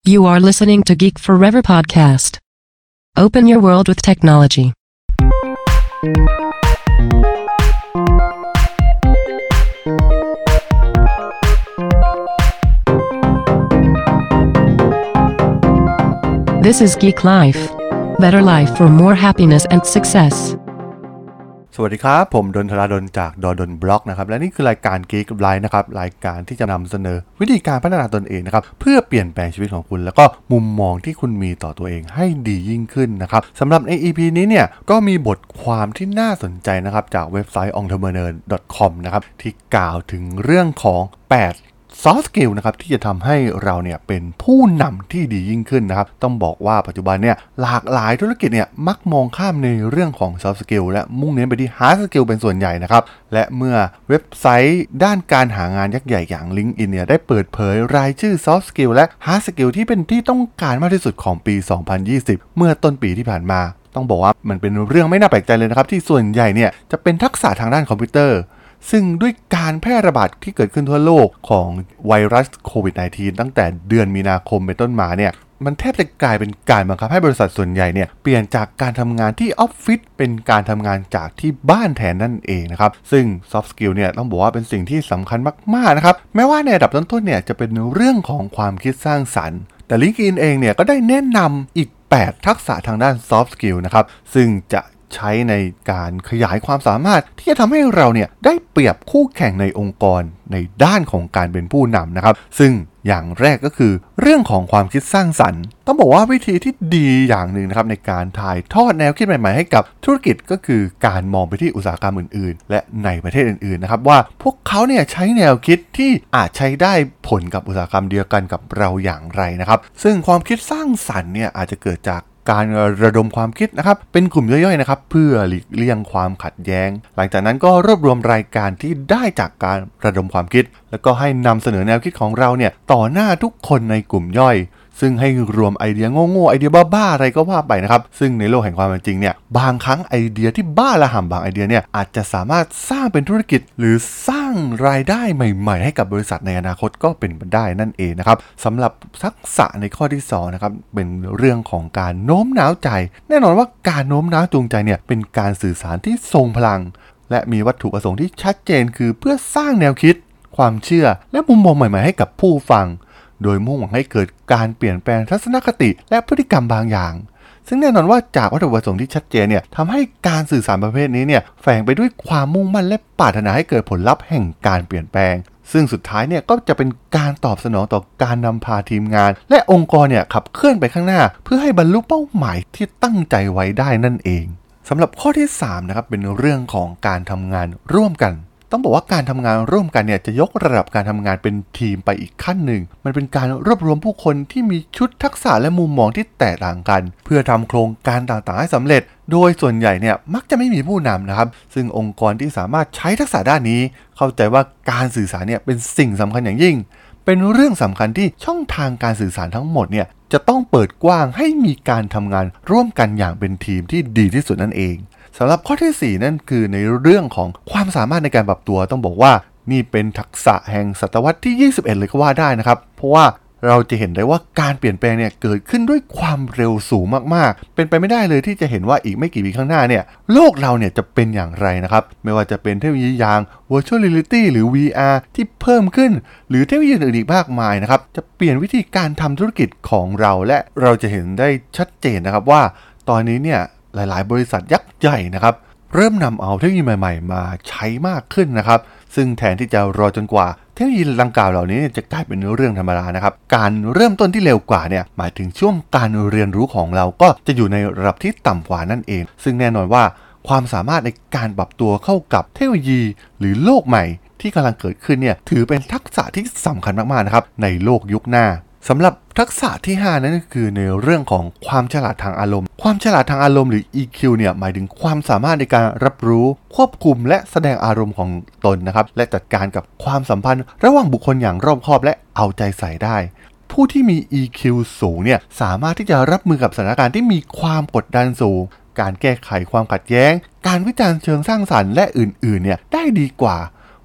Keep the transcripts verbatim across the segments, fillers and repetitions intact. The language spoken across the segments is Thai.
You are listening to Geek Forever podcast. Open your world with technology. This is Geek Life. Better life for more happiness and success. สวัสดีครับผมดนทราดลจากดดลบล็อกนะครับและนี่คือรายการ Geek Life นะครับรายการที่จะนำเสนอวิธีการพัฒนาตนเองนะครับเพื่อเปลี่ยนแปลงชีวิตของคุณแล้วก็มุมมองที่คุณมีต่อตัวเองให้ดียิ่งขึ้นนะครับสำหรับใน อี พี นี้เนี่ยก็มีบทความที่น่าสนใจนะครับจากเว็บไซต์ entrepreneur ดอท คอม นะครับที่กล่าวถึงเรื่องของแปดsoft skill นะครับที่จะทำให้เราเนี่ยเป็นผู้นำที่ดียิ่งขึ้นนะครับต้องบอกว่าปัจจุบันเนี่ยหลากหลายธุรกิจเนี่ยมักมองข้ามในเรื่องของ soft skill และมุ่งเน้นไปที่ hard skill เป็นส่วนใหญ่นะครับและเมื่อเว็บไซต์ด้านการหางานยักษ์ใหญ่อย่าง LinkedIn เนี่ยได้เปิดเผยรายชื่อ soft skill และ hard skill ที่เป็นที่ต้องการมากที่สุดของปี สองพันยี่สิบ เมื่อต้นปีที่ผ่านมาต้องบอกว่ามันเป็นเรื่องไม่น่าแปลกใจเลยนะครับที่ส่วนใหญ่เนี่ยจะเป็นทักษะทางด้านคอมพิวเตอร์ซึ่งด้วยการแพร่ระบาดที่เกิดขึ้นทั่วโลกของไวรัสโควิด สิบเก้า ตั้งแต่เดือนมีนาคมเป็นต้นมาเนี่ยมันแทบจะกลายเป็นการบังคับให้บริษัทส่วนใหญ่เนี่ยเปลี่ยนจากการทำงานที่ออฟฟิศเป็นการทำงานจากที่บ้านแทนนั่นเองนะครับซึ่ง soft skill เนี่ยต้องบอกว่าเป็นสิ่งที่สำคัญมากๆนะครับแม้ว่าในระดับต้นๆเนี่ยจะเป็นเรื่องของความคิดสร้างสรรค์แต่ LinkedIn เองเนี่ยก็ได้แนะนำอีกแปดทักษะทางด้าน soft skill นะครับซึ่งจะใช้ในการขยายความสามารถที่จะทำให้เราเนี่ยได้เปรียบคู่แข่งในองค์กรในด้านของการเป็นผู้นำนะครับซึ่งอย่างแรกก็คือเรื่องของความคิดสร้างสรรค์ต้องบอกว่าวิธีที่ดีอย่างหนึ่งนะครับในการถ่ายทอดแนวคิดใหม่ๆให้กับธุรกิจก็คือการมองไปที่อุตสาหกรรมอื่นๆและในประเทศอื่นๆนะครับว่าพวกเขาเนี่ยใช้แนวคิดที่อาจใช้ได้ผลกับอุตสาหกรรมเดียวกันกับเราอย่างไรนะครับซึ่งความคิดสร้างสรรค์เนี่ยอาจจะเกิดจากการระดมความคิดนะครับเป็นกลุ่มย่อยๆนะครับเพื่อหลีกเลี่ยงความขัดแย้งหลังจากนั้นก็รวบรวมรายการที่ได้จากการระดมความคิดแล้วก็ให้นำเสนอแนวคิดของเราเนี่ยต่อหน้าทุกคนในกลุ่มย่อยซึ่งให้รวมไอเดียโง่ๆไอเดียบ้าๆอะไรก็ว่าไปนะครับซึ่งในโลกแห่งความเป็นจริงเนี่ยบางครั้งไอเดียที่บ้าระห่ำบางไอเดียเนี่ยอาจจะสามารถสร้างเป็นธุรกิจหรือสร้างรายได้ใหม่ๆให้กับบริษัทในอนาคตก็เป็นไปได้นั่นเองนะครับสำหรับทักษะในข้อที่สองนะครับเป็นเรื่องของการโน้มน้าวใจแน่นอนว่าการโน้มน้าวจูงใจเนี่ยเป็นการสื่อสารที่ทรงพลังและมีวัตถุประสงค์ที่ชัดเจนคือเพื่อสร้างแนวคิดความเชื่อและมุมมองใหม่ๆให้กับผู้ฟังโดยมุ่งหวังให้เกิดการเปลี่ยนแปลงทัศนคติและพฤติกรรมบางอย่างซึ่งแน่นอนว่าจากวัตถุประสงค์ที่ชัดเจนเนี่ยทำให้การสื่อสารประเภทนี้เนี่ยแฝงไปด้วยความมุ่งมั่นและปรารถนาให้เกิดผลลัพธ์แห่งการเปลี่ยนแปลงซึ่งสุดท้ายเนี่ยก็จะเป็นการตอบสนองต่อการนำพาทีมงานและองค์กรเนี่ยขับเคลื่อนไปข้างหน้าเพื่อให้บรรลุเป้าหมายที่ตั้งใจไว้ได้นั่นเองสำหรับข้อที่สามนะครับเป็นเรื่องของการทำงานร่วมกันต้องบอกว่าการทำงานร่วมกันเนี่ยจะยกระดับการทำงานเป็นทีมไปอีกขั้นหนึ่งมันเป็นการรวบรวมผู้คนที่มีชุดทักษะและมุมมองที่แตกต่างกันเพื่อทำโครงการต่างๆให้สำเร็จโดยส่วนใหญ่เนี่ยมักจะไม่มีผู้นำนะครับซึ่งองค์กรที่สามารถใช้ทักษะด้านนี้เข้าใจว่าการสื่อสารเนี่ยเป็นสิ่งสำคัญอย่างยิ่งเป็นเรื่องสำคัญที่ช่องทางการสื่อสารทั้งหมดเนี่ยจะต้องเปิดกว้างให้มีการทำงานร่วมกันอย่างเป็นทีมที่ดีที่สุดนั่นเองสำหรับข้อที่สี่นั่นคือในเรื่องของความสามารถในการปรับตัวต้องบอกว่านี่เป็นทักษะแห่งศตวรรษที่ยี่สิบเอ็ดเลยก็ว่าได้นะครับเพราะว่าเราจะเห็นได้ว่าการเปลี่ยนแปลงเนี่ยเกิดขึ้นด้วยความเร็วสูงมากๆเป็นไปไม่ได้เลยที่จะเห็นว่าอีกไม่กี่ปีข้างหน้าเนี่ยโลกเราเนี่ยจะเป็นอย่างไรนะครับไม่ว่าจะเป็นเทคโนโลยีอย่าง Virtual Reality หรือ วี อาร์ ที่เพิ่มขึ้นหรือเทคโนโลยีอื่นอีกมากมายนะครับจะเปลี่ยนวิธีการทำธุรกิจของเราและเราจะเห็นได้ชัดเจนนะครับว่าตอนนี้เนี่ยหลายๆบริษัทยักษ์ใหญ่นะครับเริ่มนำเอาเทคโนโลยีใหม่ๆมาใช้มากขึ้นนะครับซึ่งแทนที่จะรอจนกว่าเทคโนโลยีดังกล่าวเหล่านี้จะกลายเป็นเรื่องธรรมดานะครับการเริ่มต้นที่เร็วกว่าเนี่ยหมายถึงช่วงการเรียนรู้ของเราก็จะอยู่ในระดับที่ต่ำกว่านั่นเองซึ่งแน่นอนว่าความสามารถในการปรับตัวเข้ากับเทคโนโลยีหรือโลกใหม่ที่กำลังเกิดขึ้นเนี่ยถือเป็นทักษะที่สำคัญมากๆนะครับในโลกยุคหน้าสำหรับทักษะที่ห้านั่นก็คือในเรื่องของความฉลาดทางอารมณ์ความฉลาดทางอารมณ์หรือ อี คิว เนี่ยหมายถึงความสามารถในการรับรู้ควบคุมและแสดงอารมณ์ของตนนะครับและจัดการกับความสัมพันธ์ระหว่างบุคคลอย่างรอบคอบและเอาใจใส่ได้ผู้ที่มี อี คิว สูงเนี่ยสามารถที่จะรับมือกับสถานการณ์ที่มีความกดดันสูงการแก้ไขความขัดแย้งการวิจารณ์เชิงสร้างสรรค์และอื่นๆเนี่ยได้ดีกว่า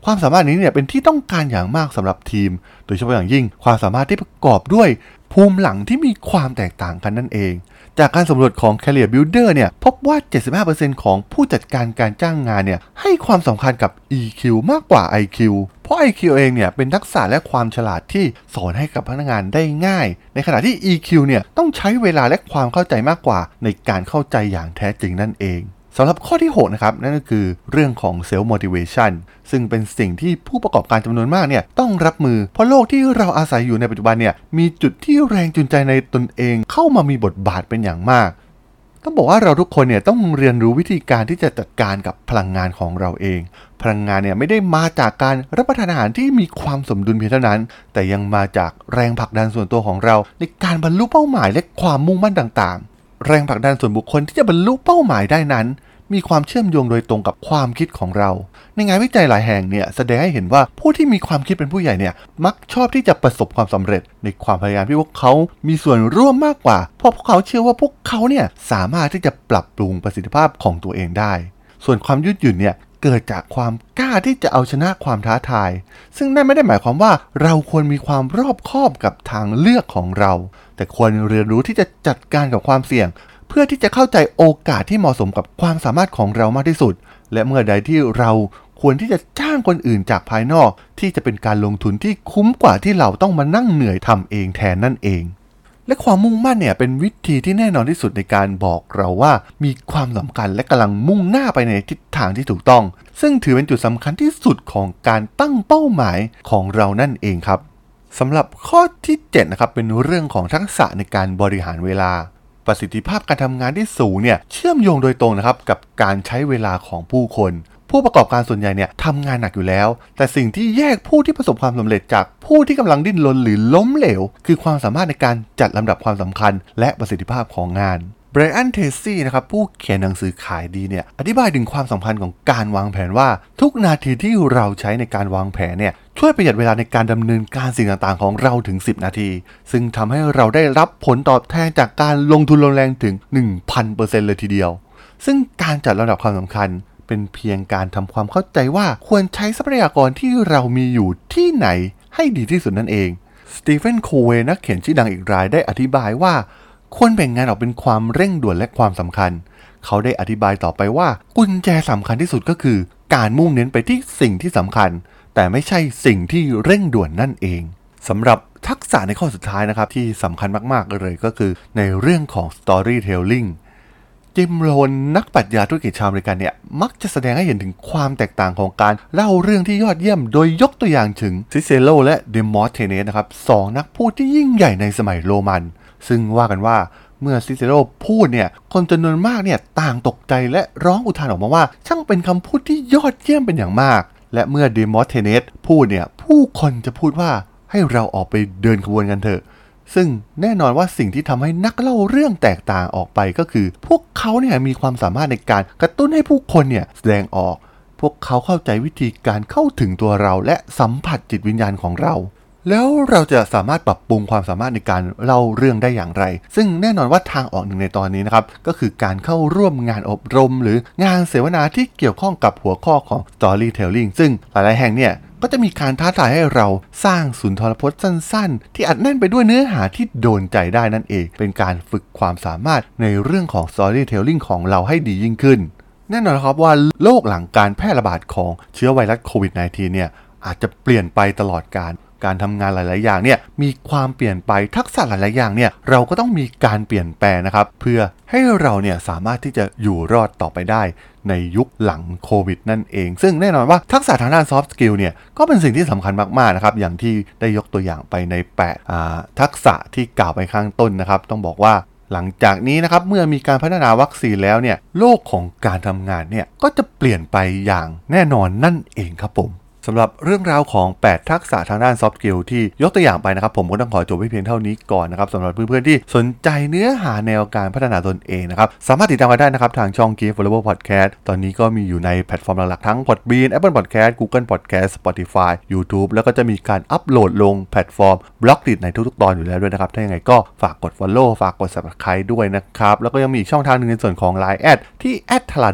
ความสามารถนี้เนี่ยเป็นที่ต้องการอย่างมากสำหรับทีมโดยเฉพาะอย่างยิ่งความสามารถที่ประกอบด้วยภูมิหลังที่มีความแตกต่างกันนั่นเองจากการสำรวจของ Career Builder เนี่ยพบว่า เจ็ดสิบห้าเปอร์เซ็นต์ ของผู้จัดการการจ้างงานเนี่ยให้ความสำคัญกับ อี คิว มากกว่า ไอ คิว เพราะ ไอ คิว เองเนี่ยเป็นทักษะและความฉลาดที่สอนให้กับพนักงานได้ง่ายในขณะที่ อี คิว เนี่ยต้องใช้เวลาและความเข้าใจมากกว่าในการเข้าใจอย่างแท้จริงนั่นเองสำหรับข้อที่หกนะครับนั่นก็คือเรื่องของ Self Motivation ซึ่งเป็นสิ่งที่ผู้ประกอบการจำนวนมากเนี่ยต้องรับมือเพราะโลกที่เราอาศัยอยู่ในปัจจุบันเนี่ยมีจุดที่แรงจูงใจในตนเองเข้ามามีบทบาทเป็นอย่างมากต้องบอกว่าเราทุกคนเนี่ยต้องเรียนรู้วิธีการที่จะจัดการกับพลังงานของเราเองพลังงานเนี่ยไม่ได้มาจากการรับประทานอาหารที่มีความสมดุลเพียงเท่านั้นแต่ยังมาจากแรงผลักดันส่วนตัวของเราในการบรรลุเป้าหมายและความมุ่งมั่นต่างๆแรงผลักดันส่วนบุคคลที่จะบรรลุเป้าหมายได้นั้นมีความเชื่อมโยงโดยตรงกับความคิดของเราในงานวิจัยหลายแห่งเนี่ยแสดงให้เห็นว่าผู้ที่มีความคิดเป็นผู้ใหญ่เนี่ยมักชอบที่จะประสบความสำเร็จในความพยายามที่พวกเขามีส่วนร่วมมากกว่าเพราะพวกเขาเชื่อว่าพวกเขาเนี่ยสามารถที่จะปรับปรุงประสิทธิภาพของตัวเองได้ส่วนความยืดหยุ่นเนี่ยเกิดจากความกล้าที่จะเอาชนะความท้าทายซึ่งนั่นไม่ได้หมายความว่าเราควรมีความรอบคอบกับทางเลือกของเราแต่ควรเรียนรู้ที่จะจัดการกับความเสี่ยงเพื่อที่จะเข้าใจโอกาสที่เหมาะสมกับความสามารถของเรามากที่สุดและเมื่อใดที่เราควรที่จะจ้างคนอื่นจากภายนอกที่จะเป็นการลงทุนที่คุ้มกว่าที่เราต้องมานั่งเหนื่อยทำเองแทนนั่นเองและความมุ่งมั่นเนี่ยเป็นวิธีที่แน่นอนที่สุดในการบอกเราว่ามีความสำคัญและกำลังมุ่งหน้าไปในทิศทางที่ถูกต้องซึ่งถือเป็นจุดสำคัญที่สุดของการตั้งเป้าหมายของเรานั่นเองครับสำหรับข้อที่เจ็ดนะครับเป็นเรื่องของทักษะในการบริหารเวลาประสิทธิภาพการทำงานที่สูงเนี่ยเชื่อมโยงโดยตรงนะครับกับการใช้เวลาของผู้คนผู้ประกอบการส่วนใหญ่เนี่ยทำงานหนักอยู่แล้วแต่สิ่งที่แยกผู้ที่ประสบความสำเร็จจากผู้ที่กำลังดิ้นรนหรือล้มเหลวคือความสามารถในการจัดลำดับความสำคัญและประสิทธิภาพของงานไบรอัน เทรซี่นะครับผู้เขียนหนังสือขายดีเนี่ยอธิบายถึงความสำคัญของการวางแผนว่าทุกนาทีที่เราใช้ในการวางแผนเนี่ยช่วยประหยัดเวลาในการดำเนินการสิ่งต่างๆของเราถึงสิบนาทีซึ่งทำให้เราได้รับผลตอบแทนจากการลงทุนลงแรงถึง หนึ่งพันเปอร์เซ็นต์ เลยทีเดียวซึ่งการจัดลำดับความสำคัญเป็นเพียงการทำความเข้าใจว่าควรใช้ทรัพยากรที่เรามีอยู่ที่ไหนให้ดีที่สุดนั่นเองสตีเฟน โคเวย์นักเขียนชื่อดังอีกรายได้อธิบายว่าควรแบ่งงานออกเป็นความเร่งด่วนและความสำคัญเขาได้อธิบายต่อไปว่ากุญแจสำคัญที่สุดก็คือการมุ่งเน้นไปที่สิ่งที่สำคัญแต่ไม่ใช่สิ่งที่เร่งด่วนนั่นเองสำหรับทักษะในข้อสุดท้ายนะครับที่สำคัญมากๆเลยก็คือในเรื่องของ storytelling จิมโรนนักปรัชญาธุรกิจชาวอเมริกันเนี่ยมักจะแสดงให้เห็นถึงความแตกต่างของการเล่าเรื่องที่ยอดเยี่ยมโดยยกตัวอย่างถึงซิเซโรและเดโมสเทเนสนะครับสองนักพูดที่ยิ่งใหญ่ในสมัยโรมันซึ่งว่ากันว่าเมื่อซิเซโรพูดเนี่ยคนจำนวนมากเนี่ยต่างตกใจและร้องอุทานออกมาว่าช่างเป็นคำพูดที่ยอดเยี่ยมเป็นอย่างมากและเมื่อเดโมสเทเนสพูดเนี่ยผู้คนจะพูดว่าให้เราออกไปเดินขบวนกันเถอะซึ่งแน่นอนว่าสิ่งที่ทำให้นักเล่าเรื่องแตกต่างออกไปก็คือพวกเขาเนี่ยมีความสามารถในการกระตุ้นให้ผู้คนเนี่ยแสดงออกพวกเขาเข้าใจวิธีการเข้าถึงตัวเราและสัมผัสจิตวิญญาณของเราแล้วเราจะสามารถปรับปรุงความสามารถในการเล่าเรื่องได้อย่างไรซึ่งแน่นอนว่าทางออกหนึ่งในตอนนี้นะครับก็คือการเข้าร่วมงานอบรมหรืองานเสวนาที่เกี่ยวข้องกับหัวข้อของ storytelling ซึ่งหลายๆแห่งเนี่ยก็จะมีการท้าทายให้เราสร้างสุนทรพจน์สั้นๆที่อัดแน่นไปด้วยเนื้อหาที่โดนใจได้นั่นเองเป็นการฝึกความสามารถในเรื่องของ storytelling ของเราให้ดียิ่งขึ้นแน่นอนครับว่าโลกหลังการแพร่ระบาดของเชื้อไวรัสโควิด สิบเก้า เนี่ยอาจจะเปลี่ยนไปตลอดกาลการทำงานหลายๆอย่างเนี่ยมีความเปลี่ยนไปทักษะหลายๆอย่างเนี่ยเราก็ต้องมีการเปลี่ยนแปลงนะครับเพื่อให้เราเนี่ยสามารถที่จะอยู่รอดต่อไปได้ในยุคหลังโควิดนั่นเองซึ่งแน่นอนว่าทักษะทางด้าน soft skill เนี่ยก็เป็นสิ่งที่สำคัญมากๆนะครับอย่างที่ได้ยกตัวอย่างไปในแปดอ่าทักษะที่กล่าวไปข้างต้นนะครับต้องบอกว่าหลังจากนี้นะครับเมื่อมีการพัฒนาวัคซีนแล้วเนี่ยโลกของการทำงานเนี่ยก็จะเปลี่ยนไปอย่างแน่นอนนั่นเองครับผมสำหรับเรื่องราวของแปดทักษะทางด้าน soft skill ที่ยกตัวอย่างไปนะครับผมก็ต้องขอจบไว้เพียงเท่านี้ก่อนนะครับสำหรับเพื่อนๆที่สนใจเนื้อหาแนวการพัฒนาตนเองนะครับสามารถติดตามกันได้นะครับทางช่อง Geek Forever Podcast ตอนนี้ก็มีอยู่ในแพลตฟอร์มหลักๆทั้ง Podbean Apple Podcast Google Podcast Spotify YouTube แล้วก็จะมีการอัปโหลดลงแพลตฟอร์ม Blogdit ในทุกๆตอนอยู่แล้วด้วยนะครับถ้าอย่างไรก็ฝากกด follow ฝากกด subscribe ด้วยนะครับแล้วก็ยังมีอีกช่องทางนึงในส่วนของ ไลน์ แอดที่ แอท ทราดล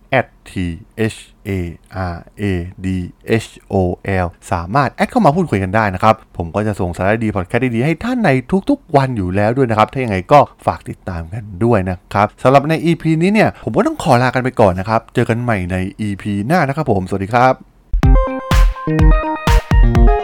แอท ที เอช เอ อาร์ เอ ดี เอช โอ แอล สามารถแอดเข้ามาพูดคุยกันได้นะครับผมก็จะส่งสาระดีพอดแคสต์ดีๆให้ท่านในทุกๆวันอยู่แล้วด้วยนะครับถ้าอย่างไรก็ฝากติดตามกันด้วยนะครับสำหรับใน อี พี นี้เนี่ยผมก็ต้องขอลากันไปก่อนนะครับเจอกันใหม่ใน อี พี หน้านะครับผมสวัสดีครับ